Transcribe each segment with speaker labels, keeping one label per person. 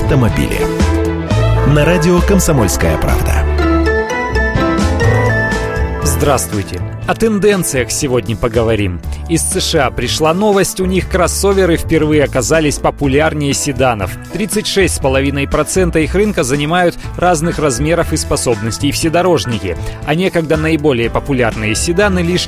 Speaker 1: автомобили. На радио «Комсомольская правда».
Speaker 2: Здравствуйте! О тенденциях сегодня поговорим. Из США пришла новость, у них кроссоверы впервые оказались популярнее седанов. 36,5% их рынка занимают разных размеров и способностей вседорожники, а некогда наиболее популярные седаны лишь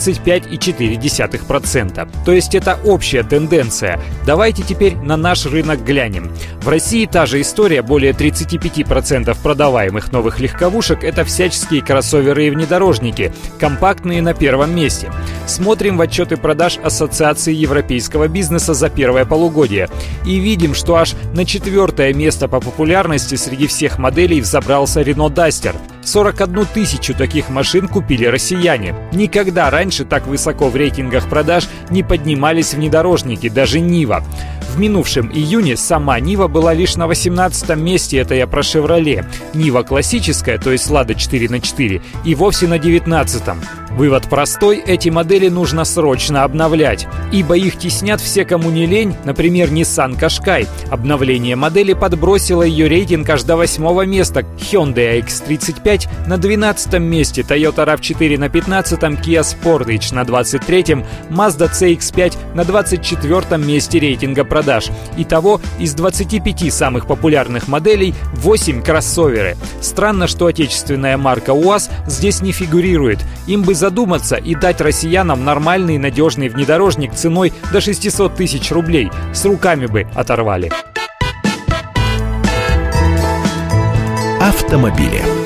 Speaker 2: 35,4%. То есть это общая тенденция. Давайте теперь на наш рынок глянем. В России та же история, более 35% продаваемых новых легковушек — это всяческие кроссоверы и внедорожники, компактные на первом месте. Смотрим в отчеты продаж Ассоциации европейского бизнеса за первое полугодие и видим, что аж на 4-е место по популярности среди всех моделей взобрался Renault Duster. 41 тысячу таких машин купили россияне. Никогда раньше так высоко в рейтингах продаж не поднимались внедорожники, даже Нива. В минувшем июне сама Нива была лишь на 18-м месте, это я про Chevrolet. Нива классическая, то есть Lada 4х4, и вовсе на 19-м. Вывод простой: эти модели нужно срочно обновлять, ибо их теснят все, кому не лень, например, Nissan Qashqai. Обновление модели подбросило ее рейтинг аж до 8-го места, Hyundai X35 на 12-м месте, Toyota RAV4 на 15-м, Kia Sportage на 23-м, Mazda CX-5 на 24-м месте рейтинга продаж. Итого из 25 самых популярных моделей 8 кроссоверы. Странно, что отечественная марка УАЗ здесь не фигурирует. Им бы задуматься и дать россиянам нормальный надежный внедорожник ценой до 600 тысяч рублей. С руками бы оторвали.
Speaker 1: Автомобили.